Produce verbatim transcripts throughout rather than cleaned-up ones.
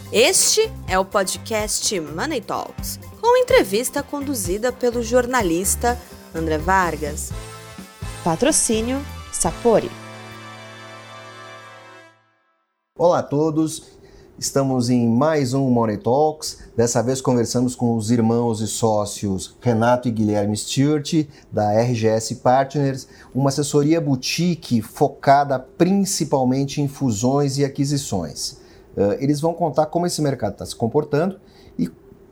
Este é o podcast Money Talks, com entrevista conduzida pelo jornalista André Vargas. Patrocínio Sapori. Olá a todos, estamos em mais um Money Talks. Dessa vez conversamos com os irmãos e sócios Renato e Guilherme Stewart, da R G S Partners, uma assessoria boutique focada principalmente em fusões e aquisições. Uh, eles vão contar como esse mercado está se comportando e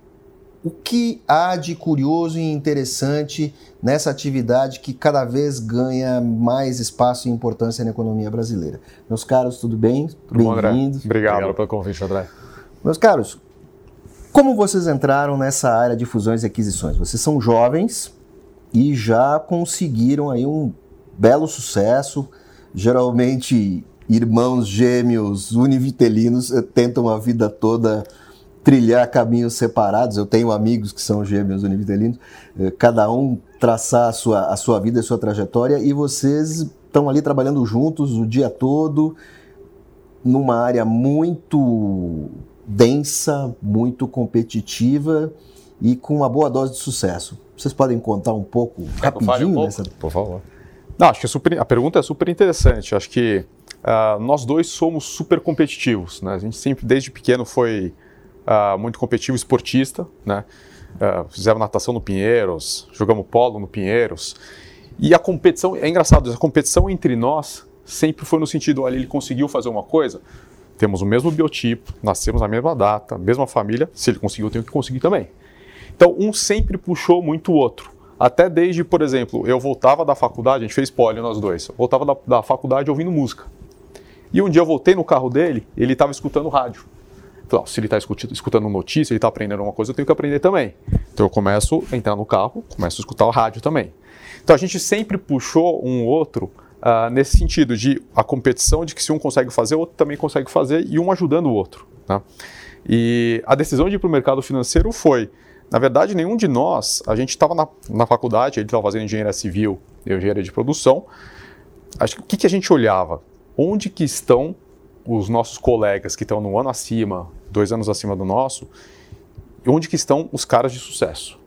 o que há de curioso e interessante nessa atividade que cada vez ganha mais espaço e importância na economia brasileira. Meus caros, tudo bem? Tudo bom, André? Bem-vindos. Obrigado. Obrigado pelo convite, André. Meus caros, como vocês entraram nessa área de fusões e aquisições? Vocês são jovens e já conseguiram aí um belo sucesso, geralmente irmãos gêmeos univitelinos tentam a vida toda trilhar caminhos separados. Eu tenho amigos que são gêmeos univitelinos, cada um traçar a sua, a sua vida, a sua trajetória, e vocês estão ali trabalhando juntos o dia todo, numa área muito densa, muito competitiva e com uma boa dose de sucesso. Vocês podem contar um pouco, rapidinho? Um pouco? Nessa... Por favor. Não, acho que é super, a pergunta é super interessante. Acho que Uh, nós dois somos super competitivos, né? A gente sempre, desde pequeno, foi uh, muito competitivo, esportista, né? Uh, fizemos natação no Pinheiros, jogamos polo no Pinheiros. E a competição, é engraçado, a competição entre nós sempre foi no sentido, olha, ele conseguiu fazer uma coisa, temos o mesmo biotipo, nascemos na mesma data, mesma família, se ele conseguiu, eu tenho que conseguir também. Então, um sempre puxou muito o outro. Até desde, por exemplo, eu voltava da faculdade, a gente fez poli nós dois, eu voltava da, da faculdade ouvindo música. E um dia eu voltei no carro dele, ele estava escutando rádio. Eu falei, oh, se ele está escutando notícia, ele está aprendendo alguma coisa, eu tenho que aprender também. Então eu começo a entrar no carro, começo a escutar o rádio também. Então a gente sempre puxou um outro uh, nesse sentido de a competição de que se um consegue fazer, o outro também consegue fazer e um ajudando o outro. Né? E a decisão de ir para o mercado financeiro foi, na verdade, nenhum de nós, a gente estava na, na faculdade, ele estava fazendo engenharia civil, eu engenharia de produção. Acho que o que, que a gente olhava? Onde que estão os nossos colegas que estão no ano acima, dois anos acima do nosso, e onde que estão os caras de sucesso?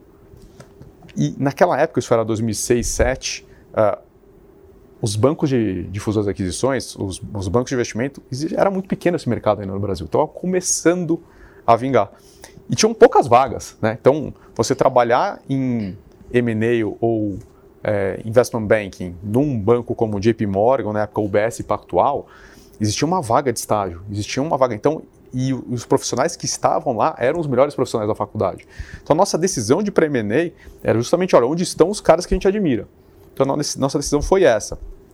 E naquela época, isso era dois mil e seis, dois mil e sete, uh, os bancos de, de fusões e aquisições, os, os bancos de investimento, era muito pequeno esse mercado ainda no Brasil, estava começando a vingar. E tinham poucas vagas, né? Então, você trabalhar em M and A ou É, investment banking num banco como o J P Morgan, na época o U B S Pactual, existia uma vaga de estágio, existia uma vaga, então, e os profissionais que estavam lá eram os melhores profissionais da faculdade. Então a nossa decisão de pré-M and A era justamente, olha, onde estão os caras que a gente admira. Então a nossa decisão foi essa.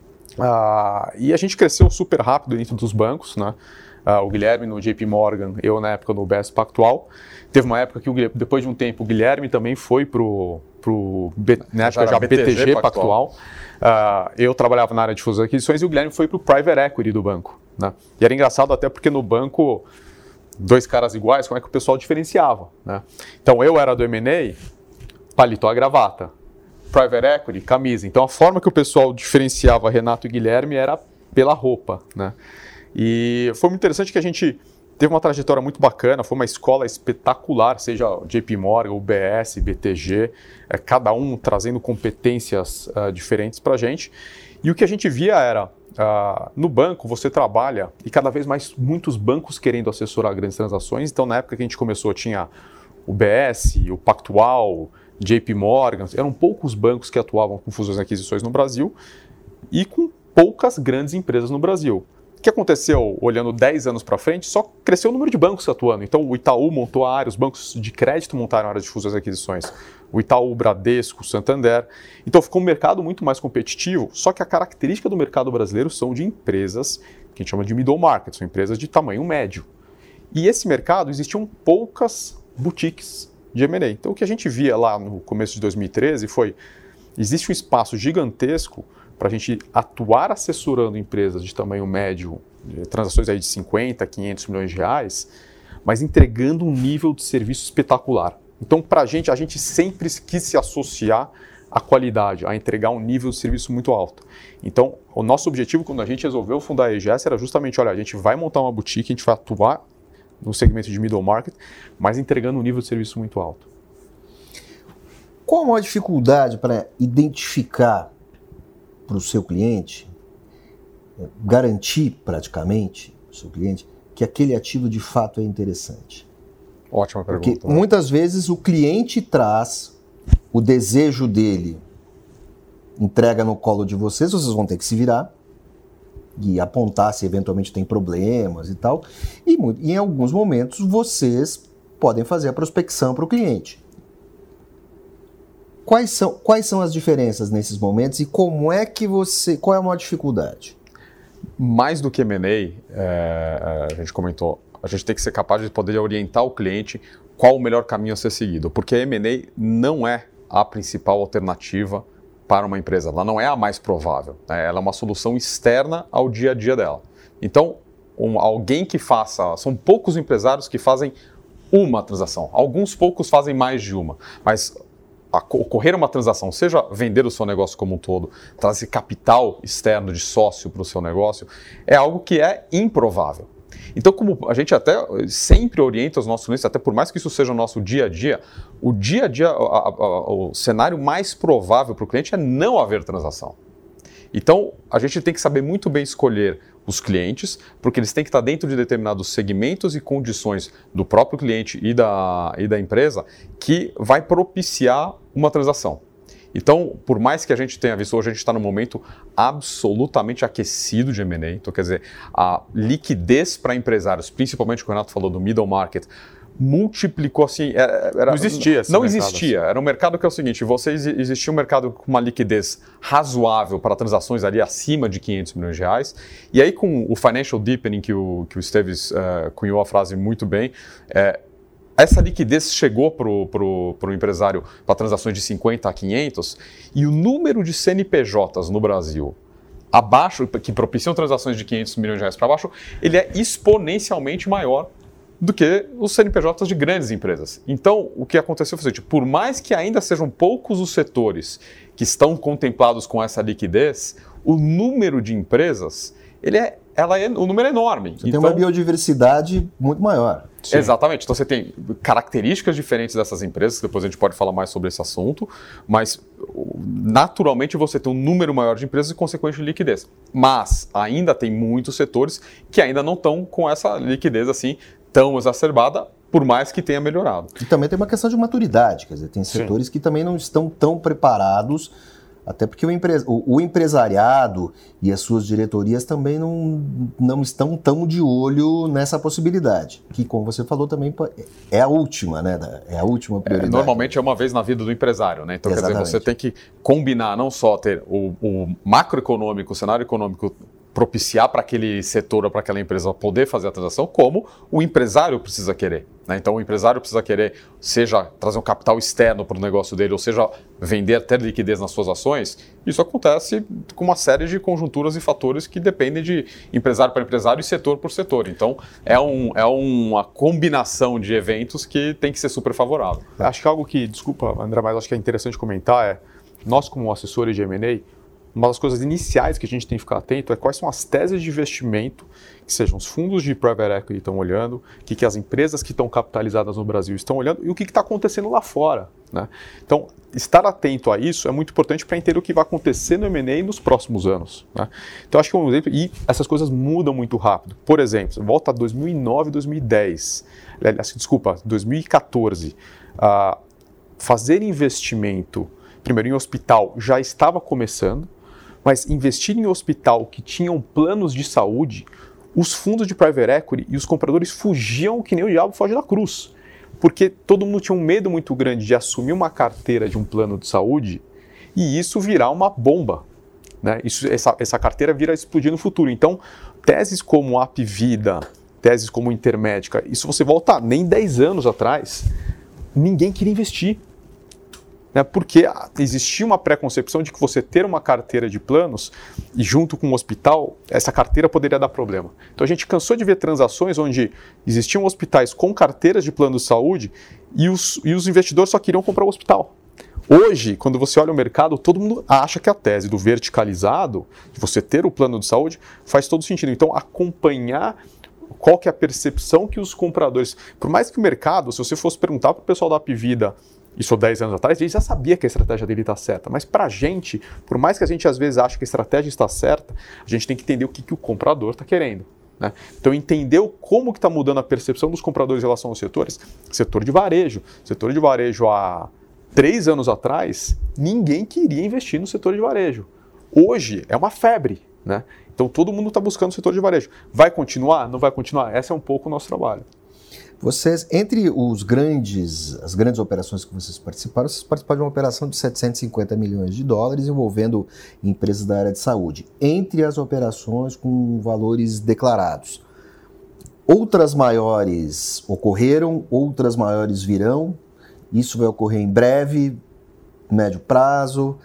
Ah, e a gente cresceu super rápido dentro dos bancos, né? Ah, o Guilherme no J P Morgan, eu na época no U B S Pactual. Teve uma época que, o Guilherme, depois de um tempo, o Guilherme também foi para o, na época já B T G Pactual. Uh, eu trabalhava na área de fusões e aquisições e o Guilherme foi para o Private Equity do banco. Né? E era engraçado até porque no banco, dois caras iguais, como é que o pessoal diferenciava? Né? Então eu era do M and A, paletó a gravata. Private Equity, camisa. Então a forma que o pessoal diferenciava Renato e Guilherme era pela roupa. Né? E foi muito interessante que a gente teve uma trajetória muito bacana, foi uma escola espetacular, seja J P Morgan, U B S, B T G, é, cada um trazendo competências uh, diferentes para a gente. E o que a gente via era, uh, no banco você trabalha, e cada vez mais muitos bancos querendo assessorar grandes transações. Então na época que a gente começou tinha o U B S, o Pactual, J P Morgan, eram poucos bancos que atuavam com fusões e aquisições no Brasil e com poucas grandes empresas no Brasil. O que aconteceu, olhando dez anos para frente, só cresceu o número de bancos atuando. Então, o Itaú montou a área, os bancos de crédito montaram a área de fusões e aquisições. O Itaú, o Bradesco, o Santander. Então, ficou um mercado muito mais competitivo, só que a característica do mercado brasileiro são de empresas que a gente chama de middle market, são empresas de tamanho médio. E esse mercado, existiam poucas boutiques de M and A. Então, o que a gente via lá no começo de dois mil e treze foi, existe um espaço gigantesco para a gente atuar assessorando empresas de tamanho médio, transações aí de cinquenta, quinhentos milhões de reais, mas entregando um nível de serviço espetacular. Então, para a gente, a gente sempre quis se associar à qualidade, a entregar um nível de serviço muito alto. Então, o nosso objetivo, quando a gente resolveu fundar a E G S, era justamente, olha, a gente vai montar uma boutique, a gente vai atuar no segmento de middle market, mas entregando um nível de serviço muito alto. Qual a maior dificuldade para identificar para o seu cliente, garantir praticamente para o seu cliente, que aquele ativo de fato é interessante? Ótima pergunta. Porque muitas vezes o cliente traz o desejo dele, entrega no colo de vocês, vocês vão ter que se virar e apontar se eventualmente tem problemas e tal. E, e em alguns momentos vocês podem fazer a prospecção para o cliente. Quais são, quais são as diferenças nesses momentos e como é que você... Qual é a maior dificuldade? Mais do que M and A, é, a gente comentou, a gente tem que ser capaz de poder orientar o cliente qual o melhor caminho a ser seguido, porque a M and A não é a principal alternativa para uma empresa, ela não é a mais provável, né? Ela é uma solução externa ao dia a dia dela. Então, um, alguém que faça, são poucos empresários que fazem uma transação, alguns poucos fazem mais de uma, mas ocorrer uma transação, seja vender o seu negócio como um todo, trazer capital externo de sócio para o seu negócio, é algo que é improvável. Então, como a gente até sempre orienta os nossos clientes, até por mais que isso seja o nosso dia a dia, o dia a dia, a, a, a, o cenário mais provável para o cliente é não haver transação. Então, a gente tem que saber muito bem escolher os clientes, porque eles têm que estar dentro de determinados segmentos e condições do próprio cliente e da, e da empresa que vai propiciar uma transação. Então, por mais que a gente tenha visto, hoje a gente está num momento absolutamente aquecido de M and A, então quer dizer, a liquidez para empresários, principalmente o que o Renato falou do middle market, multiplicou assim... Era, era, não existia esse Não mercado, existia. Assim. Era um mercado que é o seguinte, você existia um mercado com uma liquidez razoável para transações ali acima de quinhentos milhões de reais. E aí com o financial deepening, que o, que o Esteves uh, cunhou a frase muito bem, é, essa liquidez chegou para o pro, pro empresário para transações de cinquenta a quinhentos e o número de C N P Js no Brasil abaixo, que propiciam transações de quinhentos milhões de reais para baixo, ele é exponencialmente maior do que os C N P Js de grandes empresas. Então, o que aconteceu foi o seguinte, por mais que ainda sejam poucos os setores que estão contemplados com essa liquidez, o número de empresas, ele é, ela é, o número é enorme. Você então, tem uma biodiversidade muito maior. Sim. Exatamente. Então você tem características diferentes dessas empresas, depois a gente pode falar mais sobre esse assunto, mas naturalmente você tem um número maior de empresas e consequente liquidez. Mas ainda tem muitos setores que ainda não estão com essa liquidez assim tão exacerbada, por mais que tenha melhorado. E também tem uma questão de maturidade, quer dizer, tem setores Sim. que também não estão tão preparados, até porque o, empre... o, o empresariado e as suas diretorias também não, não estão tão de olho nessa possibilidade, que, como você falou, também é a última, né? É a última prioridade. É, normalmente é uma vez na vida do empresário, né? Então, Exatamente. Quer dizer, você tem que combinar não só ter o, o macroeconômico, o cenário econômico propiciar para aquele setor ou para aquela empresa poder fazer a transação, como o empresário precisa querer. Né? Então, o empresário precisa querer, seja trazer um capital externo para o negócio dele, ou seja, vender, ter liquidez nas suas ações. Isso acontece com uma série de conjunturas e fatores que dependem de empresário para empresário e setor por setor. Então, é, um, é uma combinação de eventos que tem que ser super favorável. Acho que algo que, desculpa, André, mas acho que é interessante comentar é, nós como assessores de M and A, uma das coisas iniciais que a gente tem que ficar atento é quais são as teses de investimento, que sejam os fundos de private equity estão olhando, o que, que as empresas que estão capitalizadas no Brasil estão olhando e o que está acontecendo lá fora. Né? Então, estar atento a isso é muito importante para entender o que vai acontecer no M and A nos próximos anos. Né? Então, acho que um exemplo, e essas coisas mudam muito rápido. Por exemplo, volta a dois mil e nove, dois mil e dez, desculpa, dois mil e quatorze, uh, fazer investimento, primeiro em hospital, já estava começando, mas investir em hospital que tinham planos de saúde, os fundos de private equity e os compradores fugiam que nem o diabo foge da cruz. Porque todo mundo tinha um medo muito grande de assumir uma carteira de um plano de saúde e isso virar uma bomba. Né? Isso, essa, essa carteira vira explodir no futuro. Então, teses como Apvida, teses como Intermédica, isso você volta nem dez anos atrás, ninguém queria investir. Porque existia uma pré-concepção de que você ter uma carteira de planos e junto com um hospital, essa carteira poderia dar problema. Então a gente cansou de ver transações onde existiam hospitais com carteiras de plano de saúde e os, e os investidores só queriam comprar o hospital. Hoje, quando você olha o mercado, todo mundo acha que a tese do verticalizado, de você ter o plano de saúde, faz todo sentido. Então acompanhar qual que é a percepção que os compradores... Por mais que o mercado, se você fosse perguntar para o pessoal da Apvida, isso há dez anos atrás, ele já sabia que a estratégia dele está certa. Mas para a gente, por mais que a gente às vezes ache que a estratégia está certa, a gente tem que entender o que, que o comprador está querendo. Né? Então, entender como que está mudando a percepção dos compradores em relação aos setores. Setor de varejo. Setor de varejo há três anos atrás, ninguém queria investir no setor de varejo. Hoje é uma febre. Né? Então, todo mundo está buscando o setor de varejo. Vai continuar? Não vai continuar? Esse é um pouco o nosso trabalho. Vocês, entre os grandes, as grandes operações que vocês participaram, vocês participaram de uma operação de setecentos e cinquenta milhões de dólares envolvendo empresas da área de saúde. Entre as operações com valores declarados, outras maiores ocorreram, outras maiores virão. Isso vai ocorrer em breve, médio prazo.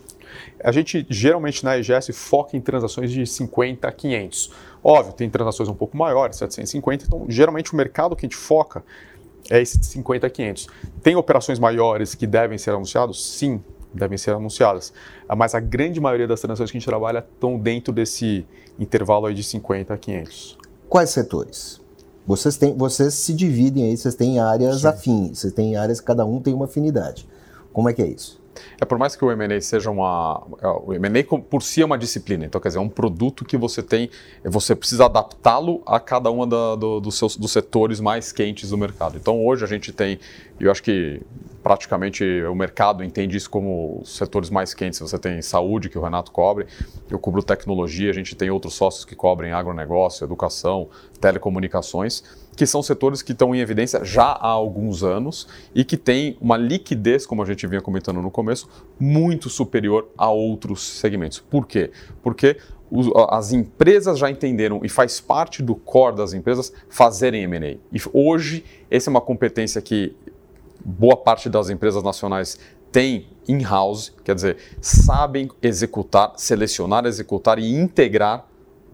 A gente geralmente na E G S foca em transações de cinquenta a quinhentos. Óbvio, tem transações um pouco maiores, setecentos e cinquenta, então geralmente o mercado que a gente foca é esse de cinquenta a quinhentos. Tem operações maiores que devem ser anunciadas? Sim, devem ser anunciadas. Mas a grande maioria das transações que a gente trabalha estão dentro desse intervalo aí de cinquenta a quinhentos. Quais setores? Vocês, têm, vocês se dividem aí, vocês têm áreas Sim. afins, vocês têm áreas que cada um tem uma afinidade. Como é que é isso? É, por mais que o M and A seja uma... O M and A por si é uma disciplina, então quer dizer, é um produto que você tem, você precisa adaptá-lo a cada um da, do, dos, seus, dos setores mais quentes do mercado. Então hoje a gente tem, eu acho que praticamente o mercado entende isso como os setores mais quentes. Você tem saúde, que o Renato cobre, eu cubro tecnologia, a gente tem outros sócios que cobrem agronegócio, educação, telecomunicações, que são setores que estão em evidência já há alguns anos e que têm uma liquidez, como a gente vinha comentando no começo, muito superior a outros segmentos. Por quê? Porque os, as empresas já entenderam e faz parte do core das empresas fazerem M and A. E hoje, essa é uma competência que boa parte das empresas nacionais tem in-house, quer dizer, sabem executar, selecionar, executar e integrar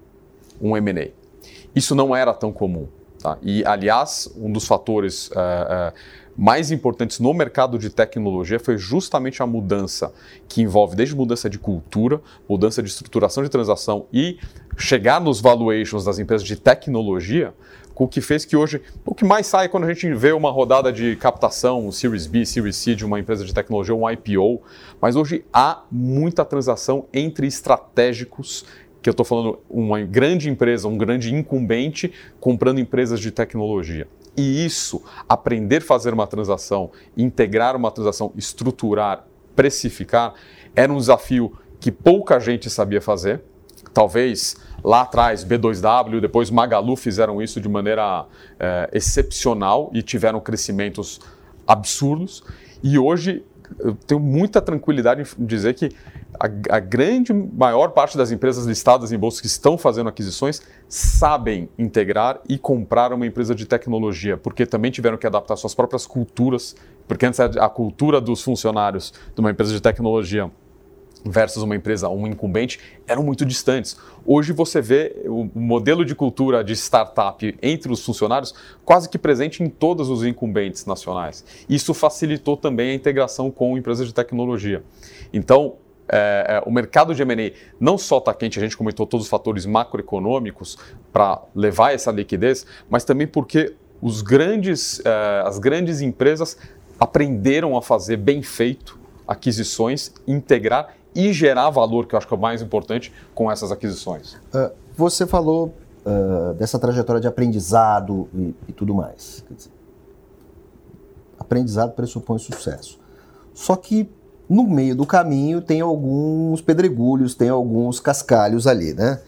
um M and A. Isso não era tão comum. Tá? E, aliás, um dos fatores uh, uh, mais importantes no mercado de tecnologia foi justamente a mudança, que envolve desde mudança de cultura, mudança de estruturação de transação e chegar nos valuations das empresas de tecnologia, o que fez que hoje, o que mais sai quando a gente vê uma rodada de captação, um Series B, Series C de uma empresa de tecnologia, um I P O, mas hoje há muita transação entre estratégicos, que eu estou falando uma grande empresa, um grande incumbente comprando empresas de tecnologia. E isso, aprender a fazer uma transação, integrar uma transação, estruturar, precificar, era um desafio que pouca gente sabia fazer. Talvez lá atrás B dois W, depois Magalu fizeram isso de maneira é, excepcional e tiveram crescimentos absurdos. E hoje eu tenho muita tranquilidade em dizer que a, a grande maior parte das empresas listadas em bolsa que estão fazendo aquisições sabem integrar e comprar uma empresa de tecnologia, porque também tiveram que adaptar suas próprias culturas, porque antes a cultura dos funcionários de uma empresa de tecnologia versus uma empresa, um incumbente, eram muito distantes. Hoje você vê o modelo de cultura de startup entre os funcionários quase que presente em todos os incumbentes nacionais. Isso facilitou também a integração com empresas de tecnologia. Então, é, é, o mercado de M and A não só está quente, a gente comentou todos os fatores macroeconômicos para levar essa liquidez, mas também porque os grandes, é, as grandes empresas aprenderam a fazer bem feito aquisições, integrar e gerar valor, que eu acho que é o mais importante, com essas aquisições. Uh, você falou uh, dessa trajetória de aprendizado e, e tudo mais. Quer dizer, aprendizado pressupõe sucesso. Só que no meio do caminho tem alguns pedregulhos, tem alguns cascalhos ali, né?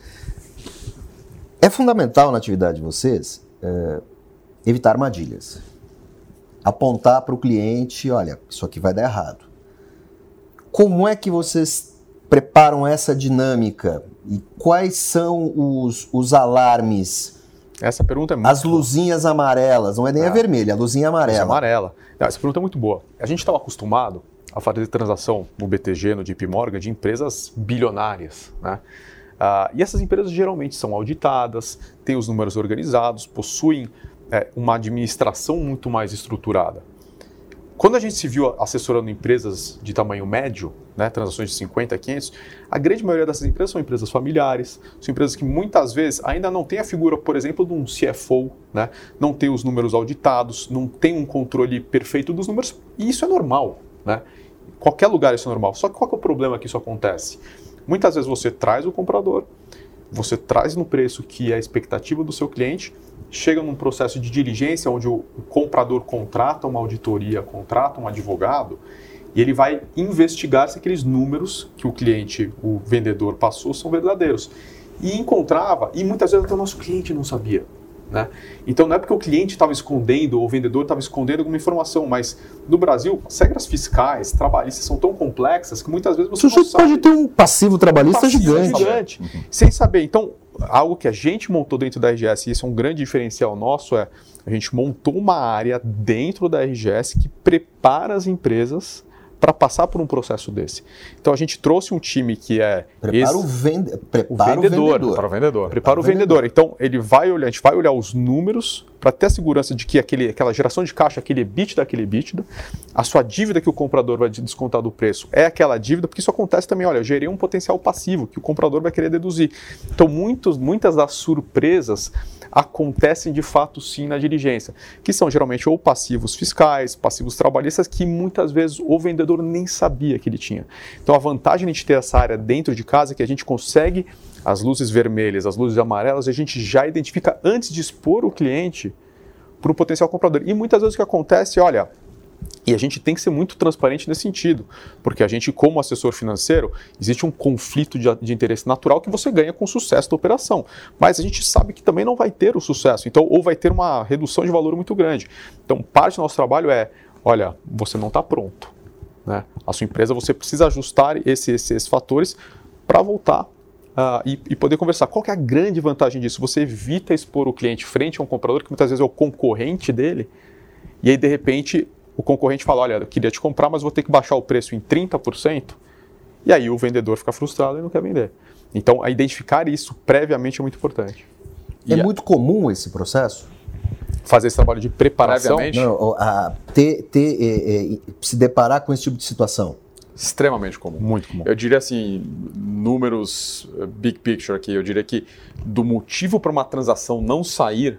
É fundamental na atividade de vocês uh, evitar armadilhas. Apontar para o cliente, olha, isso aqui vai dar errado. Como é que vocês preparam essa dinâmica? E quais são os, os alarmes? Essa pergunta é muito As luzinhas boa. amarelas, não é nem ah, a vermelha, a luzinha amarela. Luzinha amarela. Não, essa pergunta é muito boa. A gente estava acostumado a fazer transação no B T G, no J P Morgan, de empresas bilionárias, né? Ah, e essas empresas geralmente são auditadas, têm os números organizados, possuem é, uma administração muito mais estruturada. Quando a gente se viu assessorando empresas de tamanho médio, né, transações de cinquenta, quinhentos, a grande maioria dessas empresas são empresas familiares, são empresas que muitas vezes ainda não têm a figura, por exemplo, de um C F O, né, não tem os números auditados, não tem um controle perfeito dos números, e isso é normal, né? Em qualquer lugar isso é normal. Só que qual que é o problema que isso acontece? Muitas vezes você traz o comprador, você traz no preço que é a expectativa do seu cliente, chega num processo de diligência onde o comprador contrata uma auditoria, contrata um advogado, e ele vai investigar se aqueles números que o cliente, o vendedor passou, são verdadeiros. E encontrava, e muitas vezes até o nosso cliente não sabia. Né? Então não é porque o cliente estava escondendo ou o vendedor estava escondendo alguma informação, mas no Brasil as regras fiscais, trabalhistas são tão complexas que muitas vezes você, você não sabe. pode ter um passivo trabalhista um passivo gigante, gigante uhum. sem saber. Então algo que a gente montou dentro da R G S, e isso é um grande diferencial nosso, é a gente montou uma área dentro da R G S que prepara as empresas para passar por um processo desse. Então a gente trouxe um time que é prepara esse, o, vende, prepara o vendedor, o vendedor. Para o vendedor. Prepara o vendedor. Então ele vai olhar, a gente vai olhar os números para ter a segurança de que aquele, aquela geração de caixa, aquele EBITDA, aquele EBITDA, a sua dívida que o comprador vai descontar do preço é aquela dívida, porque isso acontece também, olha, eu gerei um potencial passivo que o comprador vai querer deduzir. Então muitos, muitas das surpresas acontecem de fato sim na diligência, que são geralmente ou passivos fiscais, passivos trabalhistas, que muitas vezes o vendedor nem sabia que ele tinha. Então a vantagem de a gente ter essa área dentro de casa é que a gente consegue as luzes vermelhas, as luzes amarelas, a gente já identifica antes de expor o cliente para um potencial comprador. E muitas vezes o que acontece, olha, e a gente tem que ser muito transparente nesse sentido, porque a gente, como assessor financeiro, existe um conflito de, de interesse natural que você ganha com o sucesso da operação, mas a gente sabe que também não vai ter o sucesso, então ou vai ter uma redução de valor muito grande. Então parte do nosso trabalho é, olha, você não está pronto, né? A sua empresa, você precisa ajustar esse, esses, esses fatores para voltar Uh, e, e poder conversar. Qual que é a grande vantagem disso? Você evita expor o cliente frente a um comprador que muitas vezes é o concorrente dele, e aí de repente o concorrente fala, olha, eu queria te comprar, mas vou ter que baixar o preço em trinta por cento, e aí o vendedor fica frustrado e não quer vender. Então, a identificar isso previamente é muito importante. É e muito a... comum esse processo? Fazer esse trabalho de preparação? Não, a, ter, ter, é, é, se deparar com esse tipo de situação? Extremamente comum. Muito comum. Eu diria assim, números, big picture aqui, eu diria que do motivo para uma transação não sair,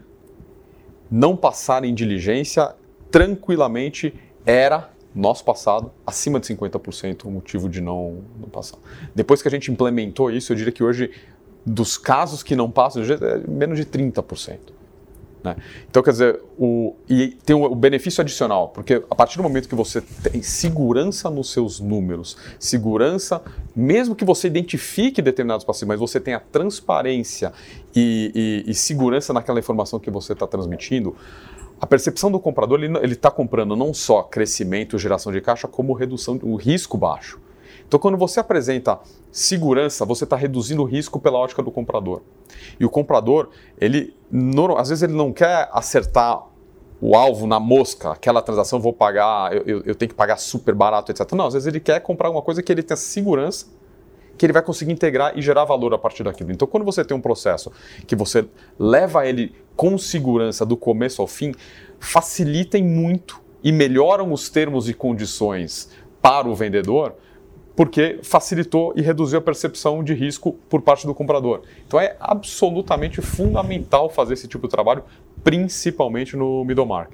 não passar em diligência, tranquilamente era, nosso passado, acima de cinquenta por cento o motivo de não, não passar. Depois que a gente implementou isso, eu diria que hoje, dos casos que não passam, é menos de trinta por cento. Né? Então, quer dizer, o, e tem o, o benefício adicional, porque a partir do momento que você tem segurança nos seus números, segurança, mesmo que você identifique determinados passivos, mas você tenha transparência e, e, e segurança naquela informação que você está transmitindo, a percepção do comprador, ele está comprando não só crescimento, geração de caixa, como redução do risco baixo. Então, quando você apresenta segurança, você está reduzindo o risco pela ótica do comprador. E o comprador, ele, no, às vezes ele não quer acertar o alvo na mosca, aquela transação eu vou pagar, eu, eu, eu tenho que pagar super barato, etcétera. Não, às vezes ele quer comprar alguma coisa que ele tenha segurança, que ele vai conseguir integrar e gerar valor a partir daquilo. Então, quando você tem um processo que você leva ele com segurança do começo ao fim, facilitem muito e melhoram os termos e condições para o vendedor, porque facilitou e reduziu a percepção de risco por parte do comprador. Então é absolutamente fundamental fazer esse tipo de trabalho, principalmente no middle market.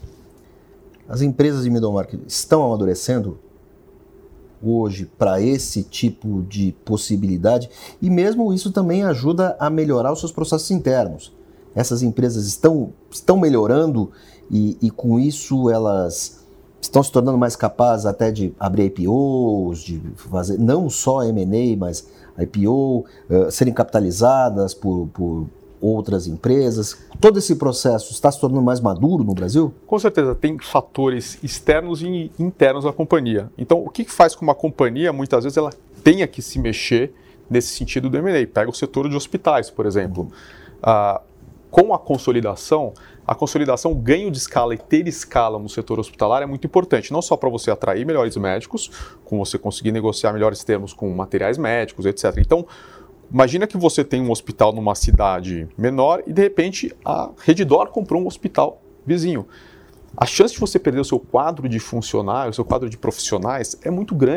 As empresas de middle market estão amadurecendo hoje para esse tipo de possibilidade, e mesmo isso também ajuda a melhorar os seus processos internos. Essas empresas estão, estão melhorando e, e com isso elas estão se tornando mais capazes até de abrir I P Os, de fazer não só M and A, mas I P O, uh, serem capitalizadas por, por outras empresas. Todo esse processo está se tornando mais maduro no Brasil? Com certeza, tem fatores externos e internos da companhia. Então, o que faz com uma companhia, muitas vezes, ela tenha que se mexer nesse sentido do M and A? Pega o setor de hospitais, por exemplo. Uh, com a consolidação, a consolidação, ganho de escala e ter escala no setor hospitalar é muito importante, não só para você atrair melhores médicos, com você conseguir negociar melhores termos com materiais médicos, etcétera. Então, imagina que você tem um hospital numa cidade menor e, de repente, a Redditor comprou um hospital vizinho. A chance de você perder o seu quadro de funcionários, o seu quadro de profissionais é muito grande.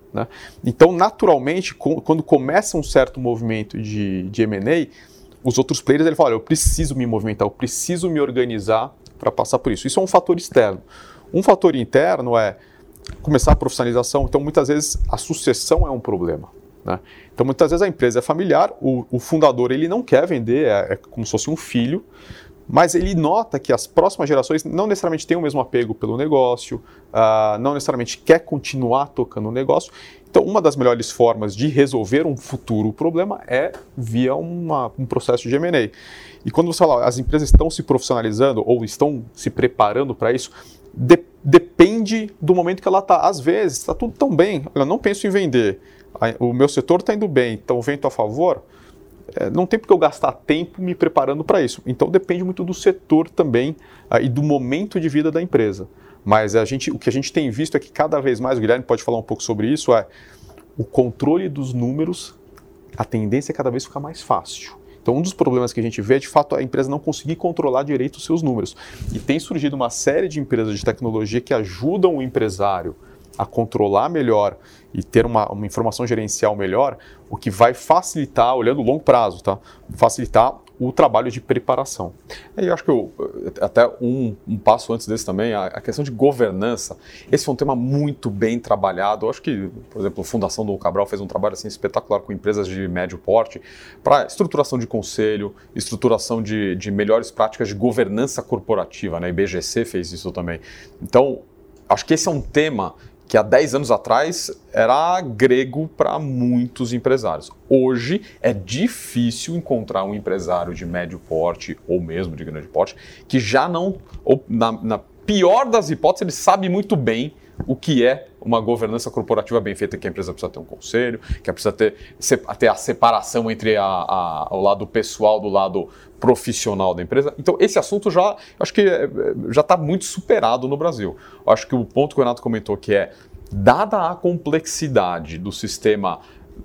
né? Então, naturalmente, com, quando começa um certo movimento de, de M and A, os outros players ele falam, olha, eu preciso me movimentar, eu preciso me organizar para passar por isso. Isso é um fator externo. Um fator interno é começar a profissionalização. Então, muitas vezes, a sucessão é um problema, né? Então, muitas vezes, a empresa é familiar, o, o fundador ele não quer vender, é, é como se fosse um filho, mas ele nota que as próximas gerações não necessariamente têm o mesmo apego pelo negócio, uh, não necessariamente quer continuar tocando o negócio. Então, uma das melhores formas de resolver um futuro problema é via uma, um processo de M and A. E quando você fala, as empresas estão se profissionalizando ou estão se preparando para isso, de, depende do momento que ela está. Às vezes, está tudo tão bem, eu não penso em vender, o meu setor está indo bem, então o vento a favor, é, não tem porque eu gastar tempo me preparando para isso. Então, depende muito do setor também uh, e do momento de vida da empresa. Mas a gente, o que a gente tem visto é que cada vez mais, o Guilherme pode falar um pouco sobre isso, é o controle dos números, a tendência é cada vez ficar mais fácil. Então, um dos problemas que a gente vê é, de fato, a empresa não conseguir controlar direito os seus números. E tem surgido uma série de empresas de tecnologia que ajudam o empresário a controlar melhor e ter uma, uma informação gerencial melhor, o que vai facilitar, olhando o longo prazo, tá? Facilitar o trabalho de preparação. É, eu acho que eu, até um, um passo antes desse também, a, a questão de governança, esse foi um tema muito bem trabalhado. Eu acho que, por exemplo, a Fundação Dom Cabral fez um trabalho assim, espetacular com empresas de médio porte para estruturação de conselho, estruturação de, de melhores práticas de governança corporativa, né? A I B G C fez isso também. Então, acho que esse é um tema que há dez anos atrás era grego para muitos empresários. Hoje é difícil encontrar um empresário de médio porte ou mesmo de grande porte que já não, ou na, na pior das hipóteses, ele sabe muito bem o que é uma governança corporativa bem feita, que a empresa precisa ter um conselho, que precisa ter, ter a separação entre a, a, o lado pessoal do lado profissional da empresa. Então, esse assunto já, acho que já está muito superado no Brasil. Eu acho que o ponto que o Renato comentou, que é, dada a complexidade do sistema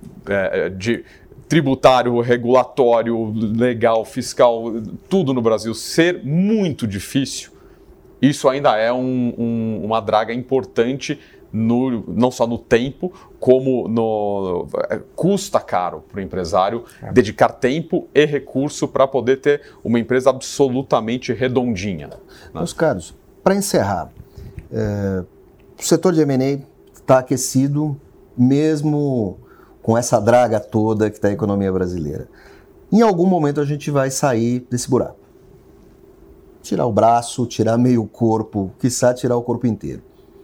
é, de tributário, regulatório, legal, fiscal, tudo no Brasil ser muito difícil, isso ainda é um, um, uma draga importante, no, não só no tempo, como no, custa caro para o empresário é. dedicar tempo e recurso para poder ter uma empresa absolutamente redondinha. Né? Meus caros, para encerrar, é, o setor de M and A está aquecido mesmo com essa draga toda que está a economia brasileira. Em algum momento a gente vai sair desse buraco. Tirar o braço, tirar meio corpo, quiçá tirar o corpo inteiro.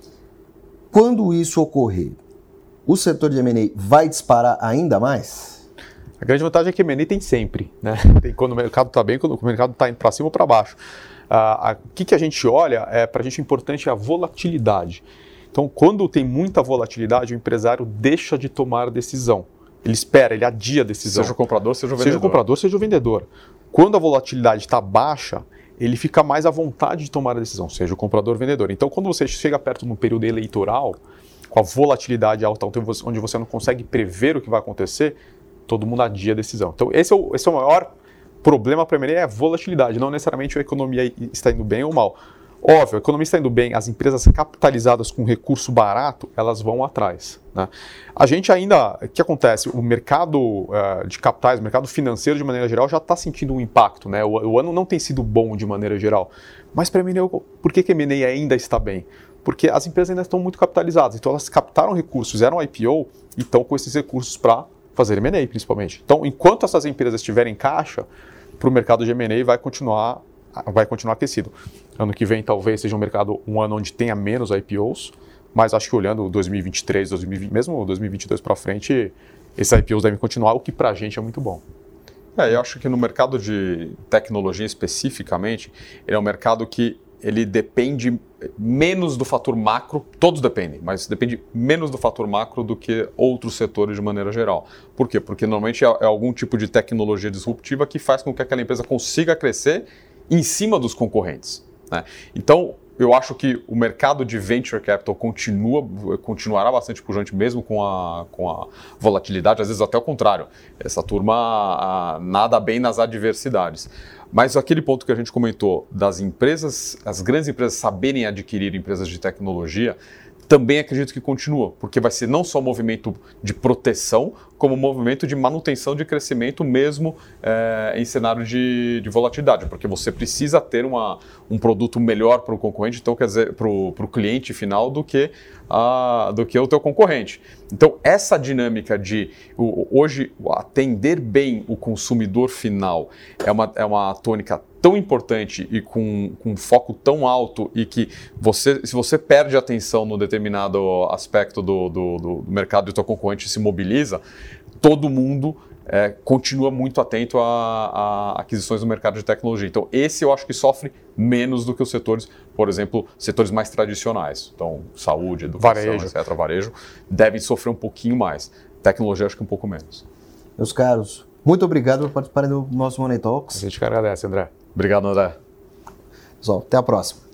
Quando isso ocorrer, o setor de M and A vai disparar ainda mais? A grande vantagem é que M and A tem sempre, né? Tem quando o mercado está bem, quando o mercado está indo para cima ou para baixo. Uh, o que, que a gente olha, é, para a gente é importante a volatilidade. Então, quando tem muita volatilidade, o empresário deixa de tomar decisão. Ele espera, ele adia a decisão. Seja o comprador, seja o vendedor. Seja o comprador, seja o vendedor. Quando a volatilidade está baixa, ele fica mais à vontade de tomar a decisão, seja o comprador ou vendedor. Então, quando você chega perto de um período eleitoral, com a volatilidade alta, onde você não consegue prever o que vai acontecer, todo mundo adia a decisão. Então, esse é o, esse é o maior problema para mim, é a volatilidade, não necessariamente a economia está indo bem ou mal. Óbvio, a economia está indo bem, as empresas capitalizadas com recurso barato, elas vão atrás, né? A gente ainda, o que acontece? O mercado uh, de capitais, o mercado financeiro de maneira geral já está sentindo um impacto, né? O, o ano não tem sido bom de maneira geral. Mas para M and A, por que, que M and A ainda está bem? Porque as empresas ainda estão muito capitalizadas, então elas captaram recursos, fizeram I P O e estão com esses recursos para fazer M and A principalmente. Então, enquanto essas empresas estiverem em caixa, para o mercado de M and A vai continuar vai continuar aquecido. Ano que vem talvez seja um mercado, um ano onde tenha menos I P Os, mas acho que olhando dois mil e vinte e três, dois mil e vinte, mesmo dois mil e vinte e dois para frente, esses I P Os devem continuar, o que para a gente é muito bom. É, eu acho que no mercado de tecnologia especificamente, ele é um mercado que ele depende menos do fator macro, todos dependem, mas depende menos do fator macro do que outros setores de maneira geral. Por quê? Porque normalmente é, é algum tipo de tecnologia disruptiva que faz com que aquela empresa consiga crescer em cima dos concorrentes, né? Então, eu acho que o mercado de venture capital continua, continuará bastante pujante mesmo com a, com a volatilidade, às vezes até o contrário. Essa turma a, nada bem nas adversidades. Mas aquele ponto que a gente comentou das empresas, as grandes empresas saberem adquirir empresas de tecnologia, também acredito que continua, porque vai ser não só um movimento de proteção, como um movimento de manutenção de crescimento mesmo é, em cenário de, de volatilidade, porque você precisa ter uma, um produto melhor para o concorrente, então quer dizer, para o cliente final do que, a, do que o teu concorrente. Então essa dinâmica de o, hoje atender bem o consumidor final é uma, é uma tônica tão importante e com, com um foco tão alto e que você, se você perde atenção no determinado aspecto do, do, do mercado e o teu concorrente se mobiliza, todo mundo é, continua muito atento a, a aquisições no mercado de tecnologia. Então esse eu acho que sofre menos do que os setores, por exemplo, setores mais tradicionais. Então saúde, educação, varejo. etcétera, varejo, devem sofrer um pouquinho mais. Tecnologia acho que um pouco menos. Meus caros, muito obrigado por participarem do nosso Money Talks. A gente que agradece, André. Obrigado, André. Pessoal, até a próxima.